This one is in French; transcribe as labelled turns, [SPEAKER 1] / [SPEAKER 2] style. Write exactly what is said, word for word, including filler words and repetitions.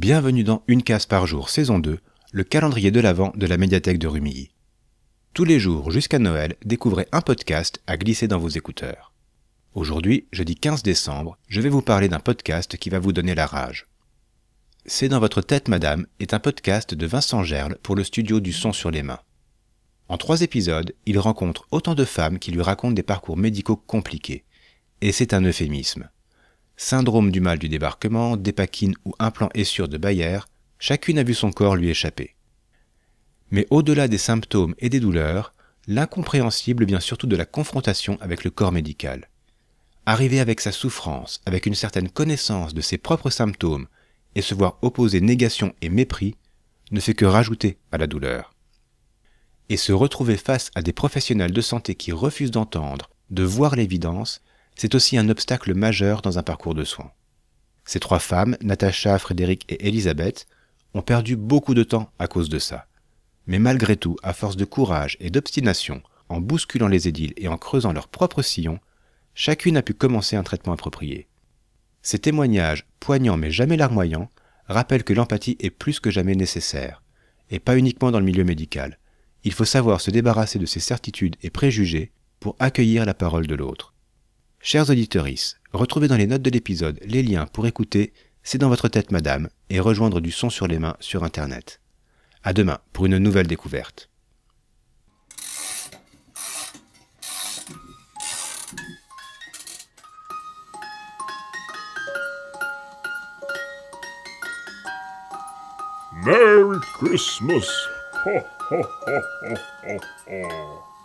[SPEAKER 1] Bienvenue dans Une case par jour, saison deux, le calendrier de l'Avent de la médiathèque de Rumilly. Tous les jours jusqu'à Noël, découvrez un podcast à glisser dans vos écouteurs. Aujourd'hui, jeudi quinze décembre, je vais vous parler d'un podcast qui va vous donner la rage. C'est dans votre tête, madame est un podcast de Vincent Gerle pour le studio du Son sur les mains. En trois épisodes, il rencontre autant de femmes qui lui racontent des parcours médicaux compliqués. Et c'est un euphémisme. Syndrome du mal du débarquement, dépakine ou implant essure de Bayer, chacune a vu son corps lui échapper. Mais au-delà des symptômes et des douleurs, l'incompréhensible vient surtout de la confrontation avec le corps médical. Arriver avec sa souffrance, avec une certaine connaissance de ses propres symptômes, et se voir opposer négation et mépris, ne fait que rajouter à la douleur. Et se retrouver face à des professionnels de santé qui refusent d'entendre, de voir l'évidence, c'est aussi un obstacle majeur dans un parcours de soins. Ces trois femmes, Natacha, Frédéric et Elisabeth, ont perdu beaucoup de temps à cause de ça. Mais malgré tout, à force de courage et d'obstination, en bousculant les édiles et en creusant leur propre sillon, chacune a pu commencer un traitement approprié. Ces témoignages, poignants mais jamais larmoyants, rappellent que l'empathie est plus que jamais nécessaire, et pas uniquement dans le milieu médical. Il faut savoir se débarrasser de ses certitudes et préjugés pour accueillir la parole de l'autre. Chers auditorices, retrouvez dans les notes de l'épisode les liens pour écouter C'est dans votre tête, madame, et rejoindre du son sur les mains sur Internet. À demain pour une nouvelle découverte.
[SPEAKER 2] Merry Christmas! Ho, ho, ho, ho, ho, ho.